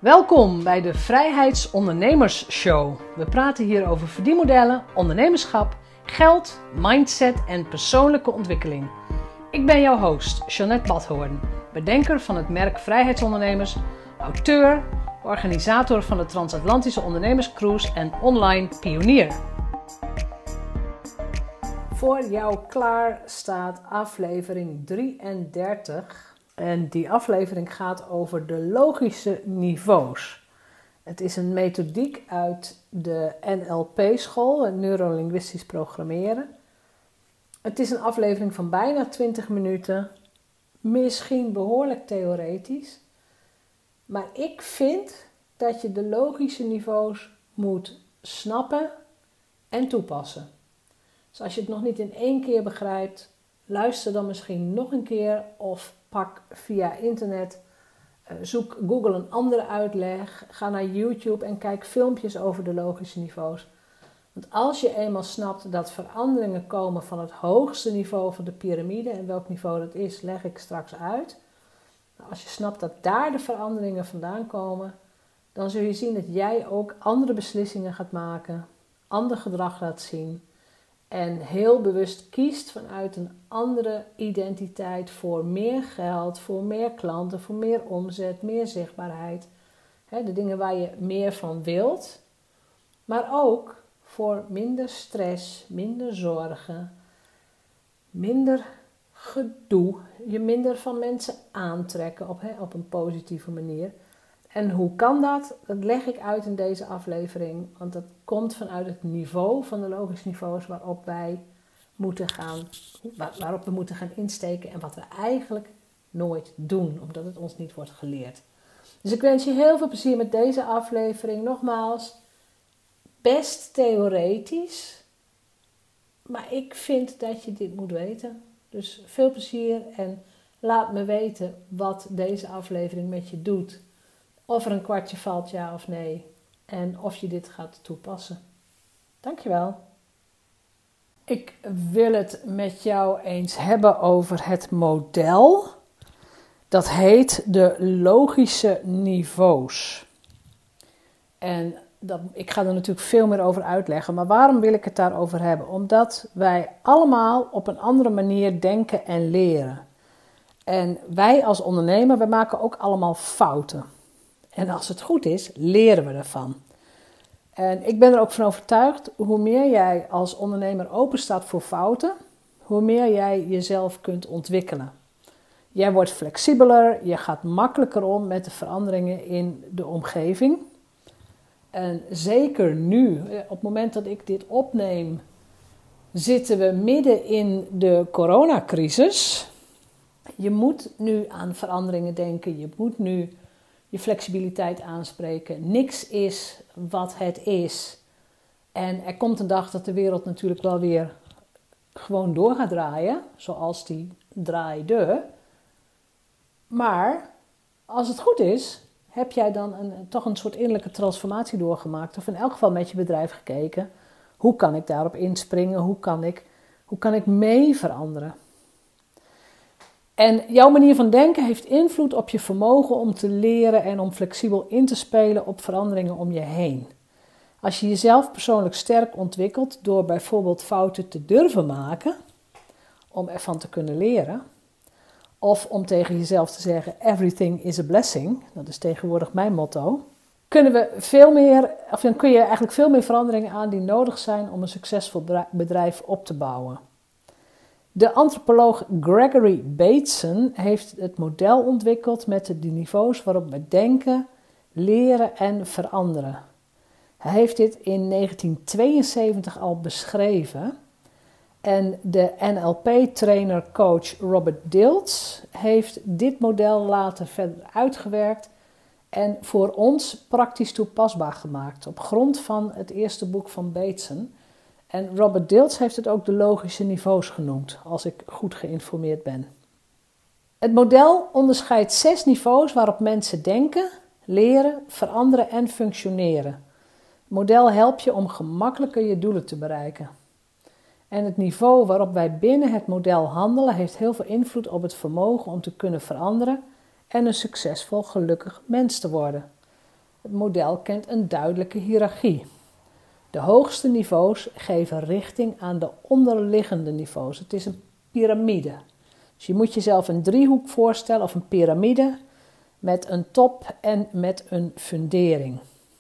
Welkom bij de Vrijheidsondernemers Show. We praten hier over verdienmodellen, ondernemerschap, geld, mindset en persoonlijke ontwikkeling. Ik ben jouw host, Jeanette Badhoorn, bedenker van het merk Vrijheidsondernemers, auteur, organisator van de Transatlantische Ondernemerscruise en online pionier. Voor jou klaar staat aflevering 33. En die aflevering gaat over de logische niveaus. Het is een methodiek uit de NLP-school, het neurolinguistisch programmeren. Het is een aflevering van bijna 20 minuten, misschien behoorlijk theoretisch. Maar ik vind dat je de logische niveaus moet snappen en toepassen. Dus als je het nog niet in één keer begrijpt, luister dan misschien nog een keer of pak via internet, Google een andere uitleg, ga naar YouTube en kijk filmpjes over de logische niveaus. Want als je eenmaal snapt dat veranderingen komen van het hoogste niveau van de piramide, en welk niveau dat is, leg ik straks uit. Als je snapt dat daar de veranderingen vandaan komen, dan zul je zien dat jij ook andere beslissingen gaat maken, ander gedrag laat zien. En heel bewust kiest vanuit een andere identiteit voor meer geld, voor meer klanten, voor meer omzet, meer zichtbaarheid. De dingen waar je meer van wilt. Maar ook voor minder stress, minder zorgen, minder gedoe. Je minder van mensen aantrekken op een positieve manier. En hoe kan dat? Dat leg ik uit in deze aflevering. Want dat komt vanuit het niveau van de logische niveaus waarop we moeten gaan insteken. En wat we eigenlijk nooit doen, omdat het ons niet wordt geleerd. Dus ik wens je heel veel plezier met deze aflevering. Nogmaals, best theoretisch. Maar ik vind dat je dit moet weten. Dus veel plezier en laat me weten wat deze aflevering met je doet. Of er een kwartje valt, ja of nee. En of je dit gaat toepassen. Dankjewel. Ik wil het met jou eens hebben over het model. Dat heet de logische niveaus. En ik ga er natuurlijk veel meer over uitleggen. Maar waarom wil ik het daarover hebben? Omdat wij allemaal op een andere manier denken en leren. En wij als ondernemer, wij maken ook allemaal fouten. En als het goed is, leren we ervan. En ik ben er ook van overtuigd, hoe meer jij als ondernemer open staat voor fouten, hoe meer jij jezelf kunt ontwikkelen. Jij wordt flexibeler, je gaat makkelijker om met de veranderingen in de omgeving. En zeker nu, op het moment dat ik dit opneem, zitten we midden in de coronacrisis. Je moet nu aan veranderingen denken, je moet nu je flexibiliteit aanspreken. Niks is wat het is. En er komt een dag dat de wereld natuurlijk wel weer gewoon door gaat draaien, zoals die draaide. Maar als het goed is, heb jij dan toch een soort innerlijke transformatie doorgemaakt. Of in elk geval met je bedrijf gekeken. Hoe kan ik daarop inspringen? Hoe kan ik mee veranderen? En jouw manier van denken heeft invloed op je vermogen om te leren en om flexibel in te spelen op veranderingen om je heen. Als je jezelf persoonlijk sterk ontwikkelt door bijvoorbeeld fouten te durven maken, om ervan te kunnen leren, of om tegen jezelf te zeggen, everything is a blessing, dat is tegenwoordig mijn motto, dan kun je eigenlijk veel meer veranderingen aan die nodig zijn om een succesvol bedrijf op te bouwen. De antropoloog Gregory Bateson heeft het model ontwikkeld met de niveaus waarop we denken, leren en veranderen. Hij heeft dit in 1972 al beschreven. En de NLP-trainer-coach Robert Dilts heeft dit model later verder uitgewerkt en voor ons praktisch toepasbaar gemaakt op grond van het eerste boek van Bateson. En Robert Dilts heeft het ook de logische niveaus genoemd, als ik goed geïnformeerd ben. Het model onderscheidt 6 niveaus waarop mensen denken, leren, veranderen en functioneren. Het model helpt je om gemakkelijker je doelen te bereiken. En het niveau waarop wij binnen het model handelen heeft heel veel invloed op het vermogen om te kunnen veranderen en een succesvol, gelukkig mens te worden. Het model kent een duidelijke hiërarchie. De hoogste niveaus geven richting aan de onderliggende niveaus. Het is een piramide. Dus je moet jezelf een driehoek voorstellen of een piramide met een top en met een fundering.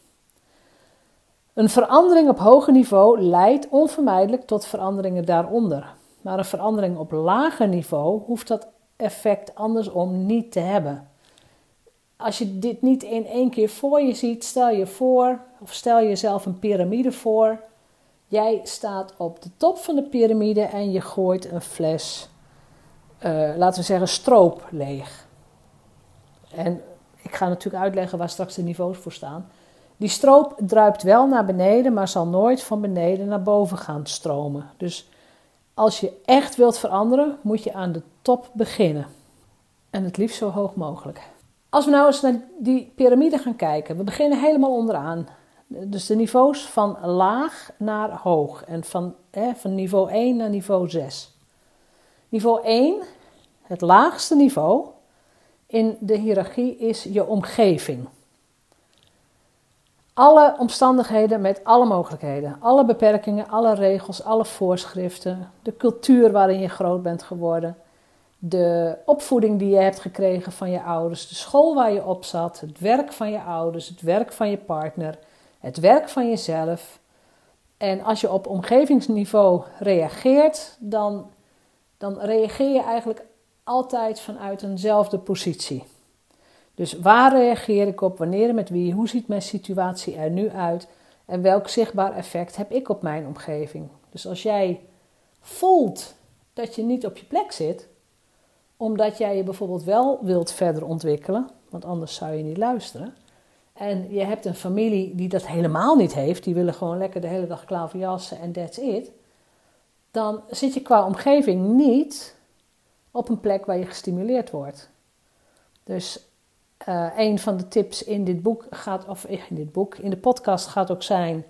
Een verandering op hoger niveau leidt onvermijdelijk tot veranderingen daaronder. Maar een verandering op lager niveau hoeft dat effect andersom niet te hebben. Als je dit niet in één keer voor je ziet, stel jezelf een piramide voor. Jij staat op de top van de piramide en je gooit een fles, laten we zeggen, stroop leeg. En ik ga natuurlijk uitleggen waar straks de niveaus voor staan. Die stroop druipt wel naar beneden, maar zal nooit van beneden naar boven gaan stromen. Dus als je echt wilt veranderen, moet je aan de top beginnen. En het liefst zo hoog mogelijk. Als we nou eens naar die piramide gaan kijken. We beginnen helemaal onderaan. Dus de niveaus van laag naar hoog. En van niveau 1 naar niveau 6. Niveau 1, het laagste niveau in de hiërarchie, is je omgeving. Alle omstandigheden met alle mogelijkheden. Alle beperkingen, alle regels, alle voorschriften. De cultuur waarin je groot bent geworden. De opvoeding die je hebt gekregen van je ouders. De school waar je op zat. Het werk van je ouders. Het werk van je partner. Het werk van jezelf. En als je op omgevingsniveau reageert, dan reageer je eigenlijk altijd vanuit eenzelfde positie. Dus waar reageer ik op, wanneer en met wie, hoe ziet mijn situatie er nu uit en welk zichtbaar effect heb ik op mijn omgeving. Dus als jij voelt dat je niet op je plek zit, omdat jij je bijvoorbeeld wel wilt verder ontwikkelen, want anders zou je niet luisteren, en je hebt een familie die dat helemaal niet heeft, die willen gewoon lekker de hele dag klaverjassen en that's it, dan zit je qua omgeving niet op een plek waar je gestimuleerd wordt. Dus een van de tips in dit boek in de podcast gaat ook zijn: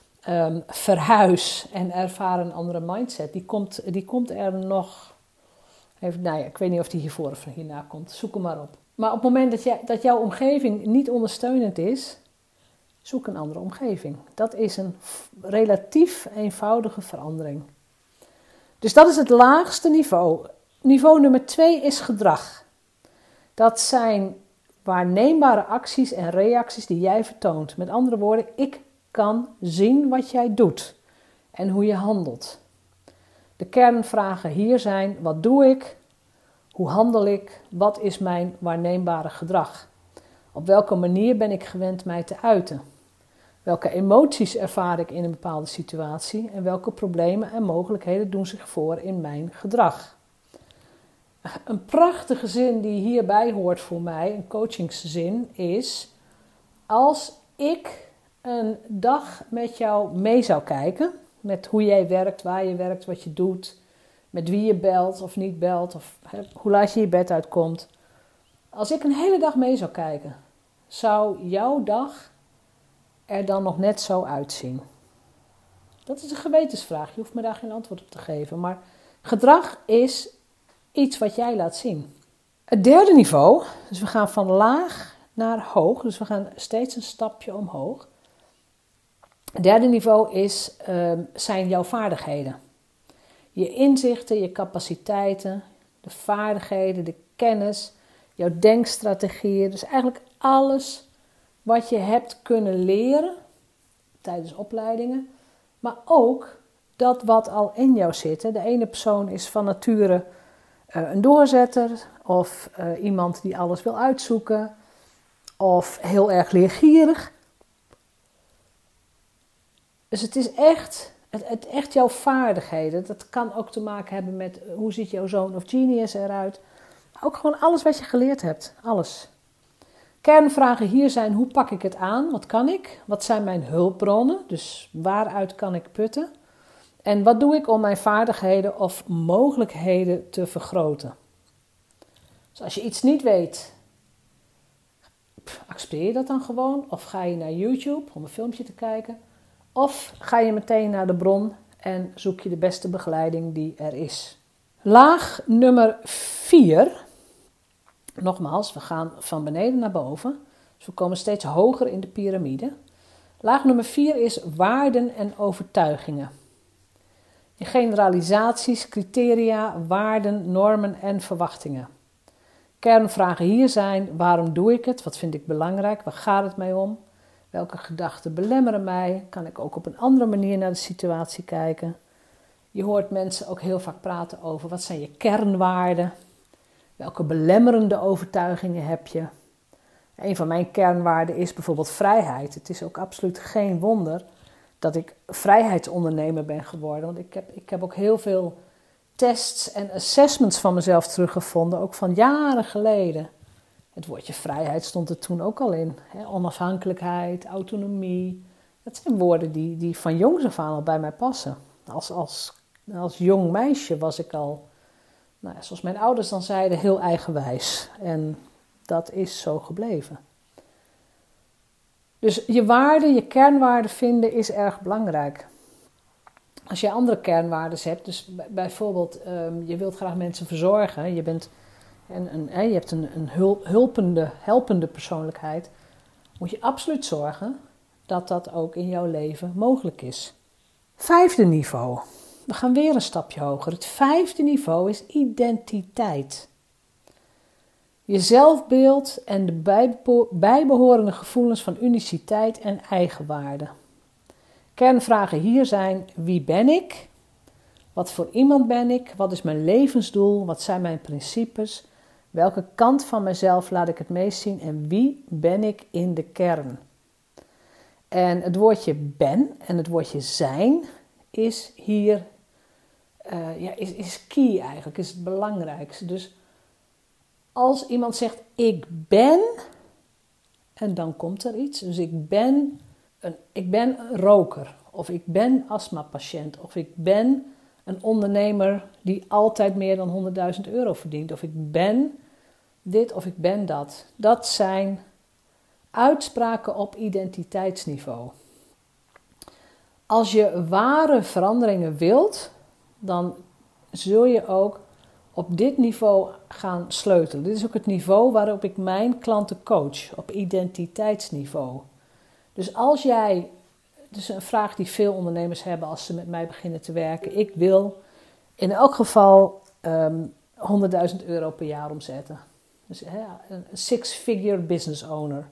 verhuis en ervaar een andere mindset. Die komt er nog. Ik weet niet of die hiervoor of hierna komt. Zoek hem maar op. Maar op het moment dat jouw omgeving niet ondersteunend is, zoek een andere omgeving. Dat is een relatief eenvoudige verandering. Dus dat is het laagste niveau. Niveau nummer 2 is gedrag. Dat zijn waarneembare acties en reacties die jij vertoont. Met andere woorden, ik kan zien wat jij doet en hoe je handelt. De kernvragen hier zijn: wat doe ik? Hoe handel ik? Wat is mijn waarneembare gedrag? Op welke manier ben ik gewend mij te uiten? Welke emoties ervaar ik in een bepaalde situatie? En welke problemen en mogelijkheden doen zich voor in mijn gedrag? Een prachtige zin die hierbij hoort voor mij, een coachingszin, is: als ik een dag met jou mee zou kijken, met hoe jij werkt, waar je werkt, wat je doet, met wie je belt of niet belt, of hoe laat je je bed uitkomt. Als ik een hele dag mee zou kijken, zou jouw dag er dan nog net zo uitzien? Dat is een gewetensvraag, je hoeft me daar geen antwoord op te geven, maar gedrag is iets wat jij laat zien. Het derde niveau, dus we gaan van laag naar hoog, dus we gaan steeds een stapje omhoog. Het derde niveau zijn jouw vaardigheden. Je inzichten, je capaciteiten, de vaardigheden, de kennis, jouw denkstrategieën. Dus eigenlijk alles wat je hebt kunnen leren tijdens opleidingen, maar ook dat wat al in jou zit. De ene persoon is van nature een doorzetter of iemand die alles wil uitzoeken of heel erg leergierig. Dus het is echt jouw vaardigheden. Dat kan ook te maken hebben met hoe ziet jouw zoon of genius eruit. Maar ook gewoon alles wat je geleerd hebt. Alles. Kernvragen hier zijn: hoe pak ik het aan? Wat kan ik? Wat zijn mijn hulpbronnen? Dus waaruit kan ik putten? En wat doe ik om mijn vaardigheden of mogelijkheden te vergroten? Dus als je iets niet weet, accepteer je dat dan gewoon? Of ga je naar YouTube om een filmpje te kijken? Of ga je meteen naar de bron en zoek je de beste begeleiding die er is? Laag nummer 4. Nogmaals, we gaan van beneden naar boven. Dus we komen steeds hoger in de piramide. Laag nummer 4 is waarden en overtuigingen. Je generalisaties, criteria, waarden, normen en verwachtingen. Kernvragen hier zijn: waarom doe ik het? Wat vind ik belangrijk? Waar gaat het mij om? Welke gedachten belemmeren mij? Kan ik ook op een andere manier naar de situatie kijken? Je hoort mensen ook heel vaak praten over: wat zijn je kernwaarden? Welke belemmerende overtuigingen heb je? Een van mijn kernwaarden is bijvoorbeeld vrijheid. Het is ook absoluut geen wonder dat ik vrijheidsondernemer ben geworden. Want ik heb ook heel veel tests en assessments van mezelf teruggevonden, ook van jaren geleden. Het woordje vrijheid stond er toen ook al in. Onafhankelijkheid, autonomie. Dat zijn woorden die van jongs af aan al bij mij passen. Als jong meisje was ik al, zoals mijn ouders dan zeiden, heel eigenwijs. En dat is zo gebleven. Dus je waarden, je kernwaarden vinden is erg belangrijk. Als je andere kernwaarden hebt, dus bijvoorbeeld je wilt graag mensen verzorgen, je hebt een helpende persoonlijkheid, moet je absoluut zorgen dat dat ook in jouw leven mogelijk is. 5e niveau. We gaan weer een stapje hoger. Het 5e niveau is identiteit. Je zelfbeeld en de bijbehorende gevoelens van uniciteit en eigenwaarde. Kernvragen hier zijn: wie ben ik? Wat voor iemand ben ik? Wat is mijn levensdoel? Wat zijn mijn principes? Welke kant van mezelf laat ik het meest zien? En wie ben ik in de kern? En het woordje ben en het woordje zijn is hier is key eigenlijk, is het belangrijkste. Dus als iemand zegt ik ben, en dan komt er iets. Dus ik ben een roker, of ik ben astmapatiënt, of ik ben een ondernemer die altijd meer dan €100.000 verdient, of ik ben dit of ik ben dat. Dat zijn uitspraken op identiteitsniveau. Als je ware veranderingen wilt, dan zul je ook op dit niveau gaan sleutelen. Dit is ook het niveau waarop ik mijn klanten coach, op identiteitsniveau. Dus als jij, het is een vraag die veel ondernemers hebben als ze met mij beginnen te werken. Ik wil in elk geval €100.000 per jaar omzetten. Dus een 6-figure business owner.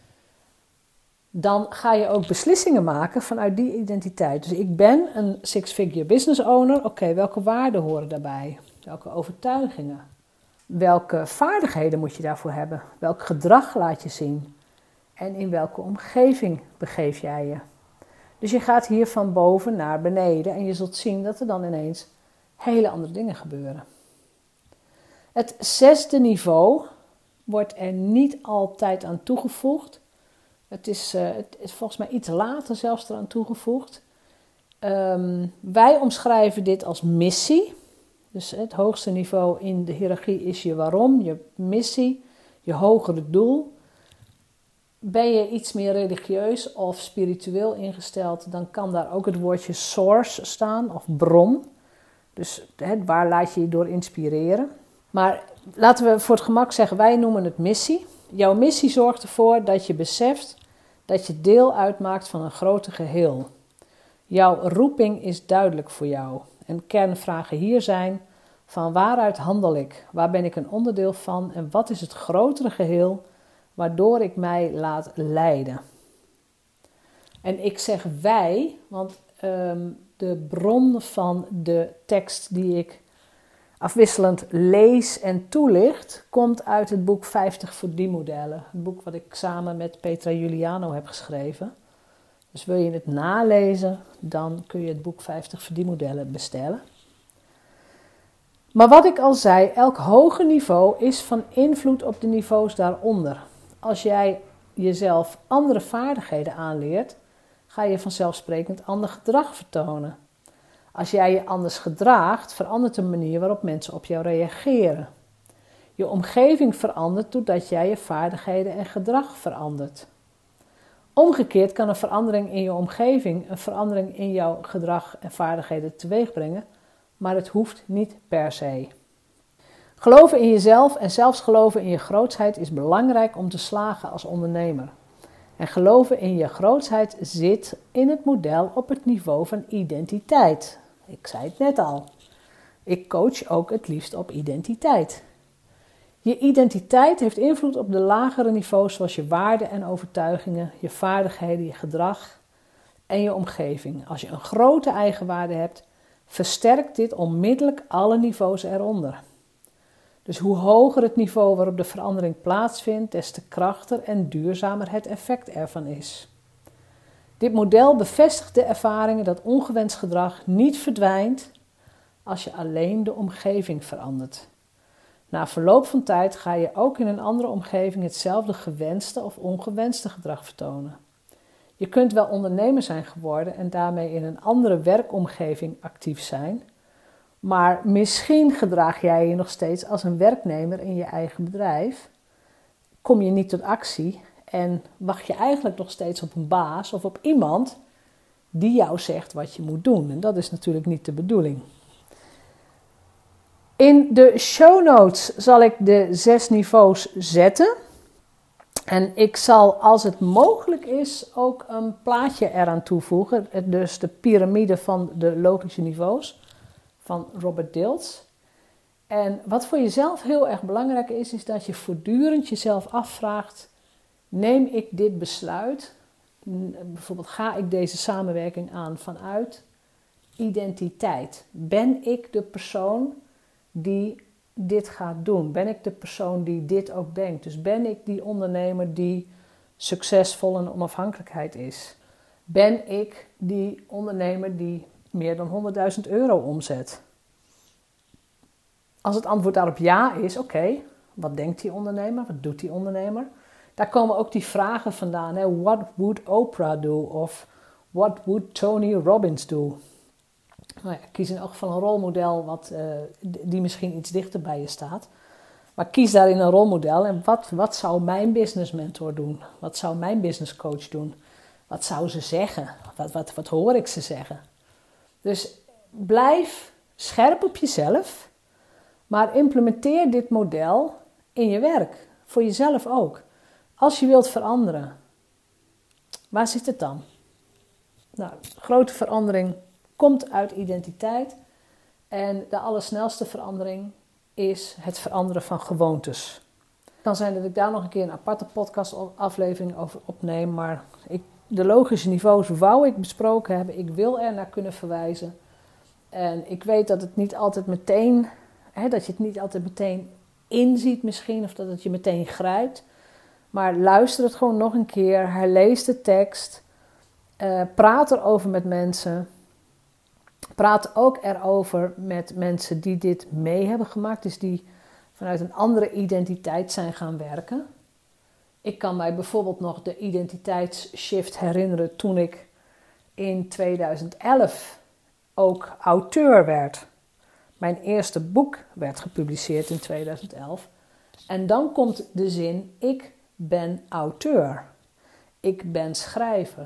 Dan ga je ook beslissingen maken vanuit die identiteit. Dus ik ben een 6-figure business owner. Oké, welke waarden horen daarbij? Welke overtuigingen? Welke vaardigheden moet je daarvoor hebben? Welk gedrag laat je zien? En in welke omgeving begeef jij je? Dus je gaat hier van boven naar beneden en je zult zien dat er dan ineens hele andere dingen gebeuren. Het 6e niveau wordt er niet altijd aan toegevoegd. Het is volgens mij iets later zelfs eraan toegevoegd. Wij omschrijven dit als missie. Dus het hoogste niveau in de hiërarchie is je waarom, je missie, je hogere doel. Ben je iets meer religieus of spiritueel ingesteld, dan kan daar ook het woordje source staan of bron. Dus waar laat je je door inspireren. Maar laten we voor het gemak zeggen, wij noemen het missie. Jouw missie zorgt ervoor dat je beseft dat je deel uitmaakt van een groter geheel. Jouw roeping is duidelijk voor jou. En kernvragen hier zijn: van waaruit handel ik? Waar ben ik een onderdeel van? En wat is het grotere geheel waardoor ik mij laat leiden? En ik zeg wij, want de bron van de tekst die ik afwisselend lees en toelicht, komt uit het boek 50 verdienmodellen. Het boek wat ik samen met Petra Juliano heb geschreven. Dus wil je het nalezen, dan kun je het boek 50 verdienmodellen bestellen. Maar wat ik al zei, elk hoger niveau is van invloed op de niveaus daaronder. Als jij jezelf andere vaardigheden aanleert, ga je vanzelfsprekend ander gedrag vertonen. Als jij je anders gedraagt, verandert de manier waarop mensen op jou reageren. Je omgeving verandert doordat jij je vaardigheden en gedrag verandert. Omgekeerd kan een verandering in je omgeving een verandering in jouw gedrag en vaardigheden teweeg brengen, maar het hoeft niet per se. Geloven in jezelf en zelfs geloven in je grootsheid is belangrijk om te slagen als ondernemer. En geloven in je grootsheid zit in het model op het niveau van identiteit. Ik zei het net al. Ik coach ook het liefst op identiteit. Je identiteit heeft invloed op de lagere niveaus zoals je waarden en overtuigingen, je vaardigheden, je gedrag en je omgeving. Als je een grote eigenwaarde hebt, versterkt dit onmiddellijk alle niveaus eronder. Dus hoe hoger het niveau waarop de verandering plaatsvindt, des te krachtiger en duurzamer het effect ervan is. Dit model bevestigt de ervaringen dat ongewenst gedrag niet verdwijnt als je alleen de omgeving verandert. Na verloop van tijd ga je ook in een andere omgeving hetzelfde gewenste of ongewenste gedrag vertonen. Je kunt wel ondernemer zijn geworden en daarmee in een andere werkomgeving actief zijn, maar misschien gedraag jij je nog steeds als een werknemer in je eigen bedrijf, kom je niet tot actie en wacht je eigenlijk nog steeds op een baas of op iemand die jou zegt wat je moet doen. En dat is natuurlijk niet de bedoeling. In de show notes zal ik de 6 niveaus zetten. En ik zal, als het mogelijk is, ook een plaatje eraan toevoegen. Dus de piramide van de logische niveaus van Robert Dilts. En wat voor jezelf heel erg belangrijk is, is dat je voortdurend jezelf afvraagt: neem ik dit besluit? Bijvoorbeeld, ga ik deze samenwerking aan vanuit identiteit? Ben ik de persoon die dit gaat doen? Ben ik de persoon die dit ook denkt? Dus ben ik die ondernemer die succesvol en onafhankelijkheid is? Ben ik die ondernemer die meer dan 100.000 euro omzet? Als het antwoord daarop ja is, oké, wat denkt die ondernemer? Wat doet die ondernemer? Daar komen ook die vragen vandaan. Hè? What would Oprah do? Of what would Tony Robbins do? Nou ja, kies in elk geval een rolmodel die misschien iets dichter bij je staat. Maar kies daarin een rolmodel. En wat zou mijn business mentor doen? Wat zou mijn business coach doen? Wat zou ze zeggen? Wat hoor ik ze zeggen? Dus blijf scherp op jezelf. Maar implementeer dit model in je werk. Voor jezelf ook. Als je wilt veranderen. Waar zit het dan? Nou, grote verandering komt uit identiteit. En de allersnelste verandering is het veranderen van gewoontes. Het kan zijn dat ik daar nog een keer een aparte podcastaflevering over opneem. Maar de logische niveaus wou ik besproken hebben. Ik wil er naar kunnen verwijzen. En ik weet dat het niet altijd meteen, dat je het niet altijd meteen inziet misschien. Of dat het je meteen grijpt. Maar luister het gewoon nog een keer. Herlees de tekst. Praat erover met mensen. Praat ook erover met mensen die dit mee hebben gemaakt. Dus die vanuit een andere identiteit zijn gaan werken. Ik kan mij bijvoorbeeld nog de identiteitsshift herinneren toen ik in 2011 ook auteur werd. Mijn eerste boek werd gepubliceerd in 2011. En dan komt de zin: ik ben auteur. Ik ben schrijver.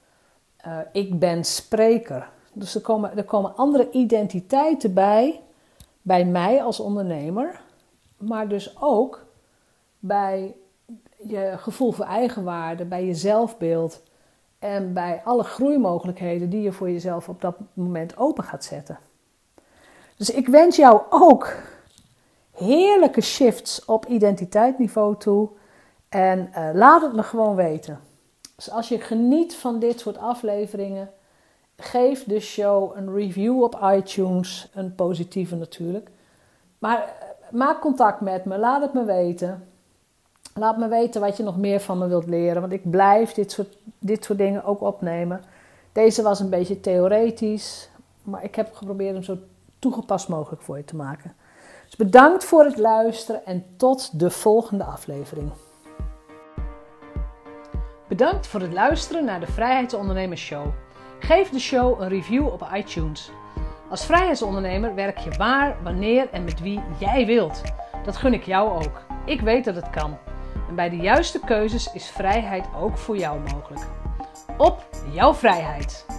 Ik ben spreker. Dus er komen andere identiteiten bij mij als ondernemer. Maar dus ook bij je gevoel voor eigenwaarde, bij je zelfbeeld. En bij alle groeimogelijkheden die je voor jezelf op dat moment open gaat zetten. Dus ik wens jou ook heerlijke shifts op identiteitsniveau toe. En laat het me gewoon weten. Dus als je geniet van dit soort afleveringen, geef de show een review op iTunes. Een positieve natuurlijk. Maar maak contact met me. Laat het me weten. Laat me weten wat je nog meer van me wilt leren. Want ik blijf dit soort dingen ook opnemen. Deze was een beetje theoretisch. Maar ik heb geprobeerd hem zo toegepast mogelijk voor je te maken. Dus bedankt voor het luisteren. En tot de volgende aflevering. Bedankt voor het luisteren naar de Vrijheidsondernemers Show. Geef de show een review op iTunes. Als vrijheidsondernemer werk je waar, wanneer en met wie jij wilt. Dat gun ik jou ook. Ik weet dat het kan. En bij de juiste keuzes is vrijheid ook voor jou mogelijk. Op jouw vrijheid!